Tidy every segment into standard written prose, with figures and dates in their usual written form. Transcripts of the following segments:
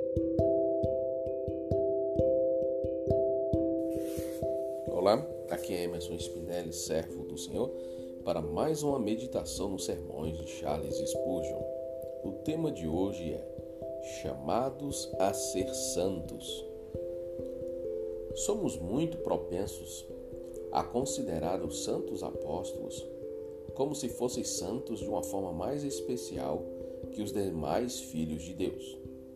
Olá, aqui é Emerson Spinelli, servo do Senhor, para mais uma meditação nos sermões de Charles Spurgeon. O tema de hoje é Chamados a ser santos. Somos muito propensos a considerar os santos apóstolos como se fossem santos de uma forma mais especial que os demais filhos de Deus.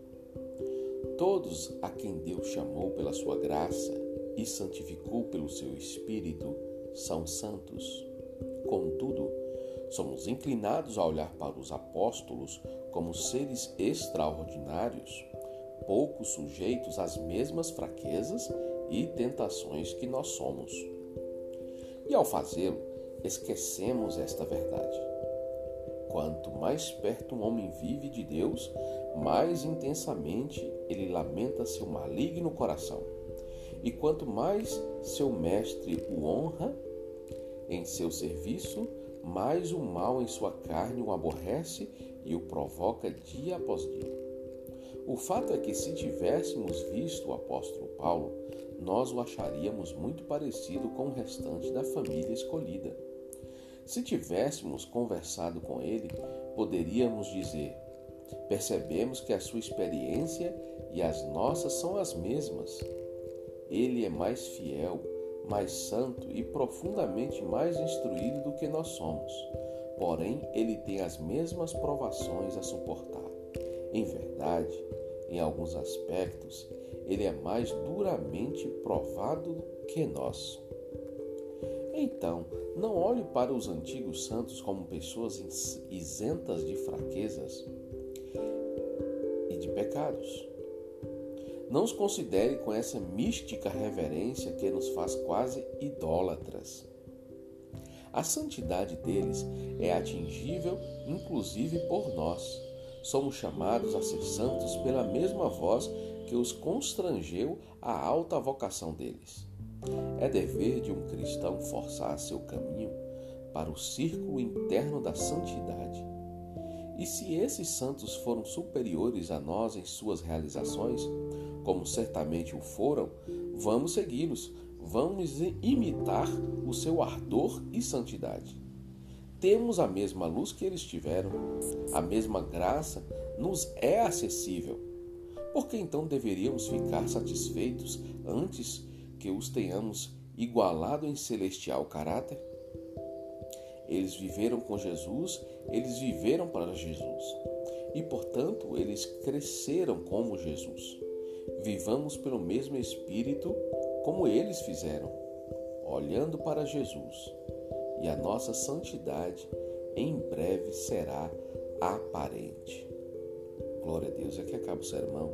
Todos a quem Deus chamou pela sua graça e santificou pelo seu Espírito são santos. Contudo, somos inclinados a olhar para os apóstolos como seres extraordinários, pouco sujeitos às mesmas fraquezas e tentações que nós somos. E ao fazê-lo, esquecemos esta verdade. Quanto mais perto um homem vive de Deus, mais intensamente ele lamenta seu maligno coração. E quanto mais seu mestre o honra em seu serviço, mais o mal em sua carne o aborrece e o provoca dia após dia. O fato é que, se tivéssemos visto o apóstolo Paulo, nós o acharíamos muito parecido com o restante da família escolhida. Se tivéssemos conversado com ele, poderíamos dizer: percebemos que a sua experiência e as nossas são as mesmas. Ele é mais fiel, mais santo e profundamente mais instruído do que nós somos. Porém, ele tem as mesmas provações a suportar. Em verdade, em alguns aspectos, ele é mais duramente provado que nós. Então, não olhe para os antigos santos como pessoas isentas de fraquezas e de pecados. Não os considere com essa mística reverência que nos faz quase idólatras. A santidade deles é atingível, inclusive por nós. Somos chamados a ser santos pela mesma voz que os constrangeu à alta vocação deles. É dever de um cristão forçar seu caminho para o círculo interno da santidade. E se esses santos foram superiores a nós em suas realizações, como certamente o foram, vamos segui-los, vamos imitar o seu ardor e santidade. Temos a mesma luz que eles tiveram, a mesma graça nos é acessível. Por que então deveríamos ficar satisfeitos antes que os tenhamos igualado em celestial caráter? Eles viveram com Jesus, eles viveram para Jesus e, portanto, eles cresceram como Jesus. Vivamos pelo mesmo Espírito como eles fizeram, olhando para Jesus, e a nossa santidade em breve será aparente. Glória a Deus. Aqui acaba o sermão.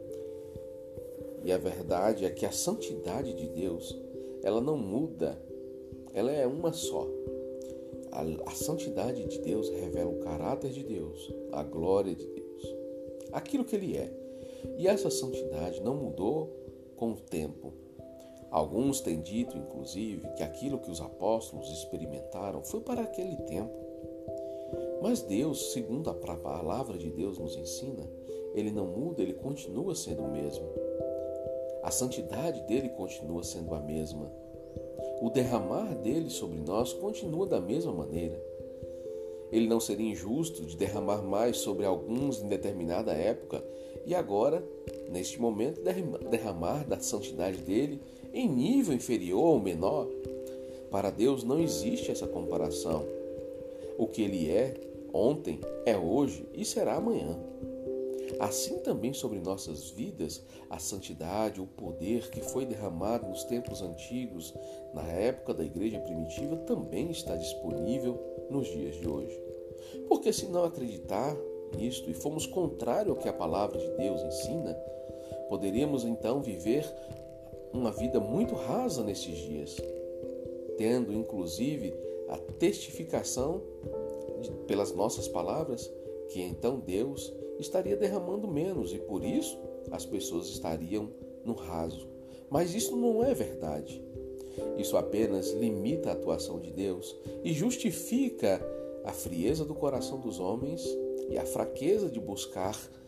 E a verdade é que a santidade de Deus, ela não muda, ela é uma só. A santidade de Deus revela o caráter de Deus, a glória de Deus, aquilo que Ele é. E essa santidade não mudou com o tempo. Alguns têm dito, inclusive, que aquilo que os apóstolos experimentaram foi para aquele tempo. Mas Deus, segundo a palavra de Deus nos ensina, Ele não muda, Ele continua sendo o mesmo. A santidade dele continua sendo a mesma. O derramar dele sobre nós continua da mesma maneira. Ele não seria injusto de derramar mais sobre alguns em determinada época e agora, neste momento, derramar da santidade dele em nível inferior ou menor. Para Deus não existe essa comparação. O que ele é ontem, é hoje e será amanhã. Assim também sobre nossas vidas, a santidade, o poder que foi derramado nos tempos antigos, na época da igreja primitiva, também está disponível nos dias de hoje. Porque se não acreditar nisto e formos contrário ao que a palavra de Deus ensina, poderíamos então viver uma vida muito rasa nesses dias, tendo inclusive a testificação pelas nossas palavras que então Deus estaria derramando menos e por isso as pessoas estariam no raso. Mas isso não é verdade. Isso apenas limita a atuação de Deus e justifica a frieza do coração dos homens e a fraqueza de buscar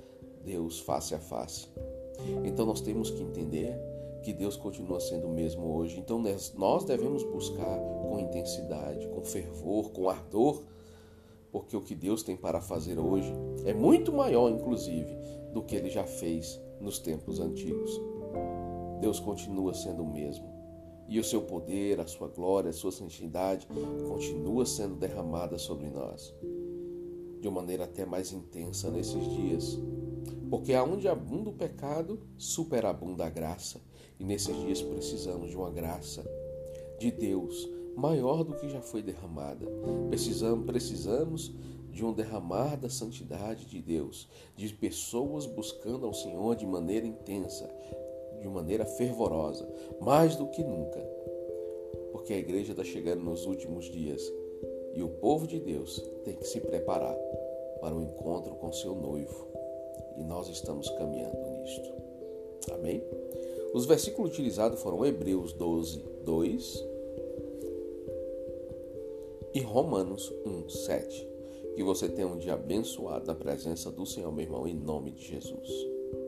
Deus face a face. Então nós temos que entender que Deus continua sendo o mesmo hoje. Então nós devemos buscar com intensidade, com fervor, com ardor, porque o que Deus tem para fazer hoje é muito maior, inclusive, do que Ele já fez nos tempos antigos. Deus continua sendo o mesmo. E o seu poder, a sua glória, a sua santidade continua sendo derramada sobre nós, de uma maneira até mais intensa nesses dias. Porque aonde abunda o pecado, superabunda a graça. E nesses dias precisamos de uma graça de Deus maior do que já foi derramada. Precisamos de um derramar da santidade de Deus, de pessoas buscando ao Senhor de maneira intensa, de maneira fervorosa, mais do que nunca. Porque a igreja está chegando nos últimos dias e o povo de Deus tem que se preparar para o encontro com seu noivo. E nós estamos caminhando nisto. Amém? Os versículos utilizados foram Hebreus 12, 2 e Romanos 1, 7. Que você tenha um dia abençoado na presença do Senhor, meu irmão, em nome de Jesus.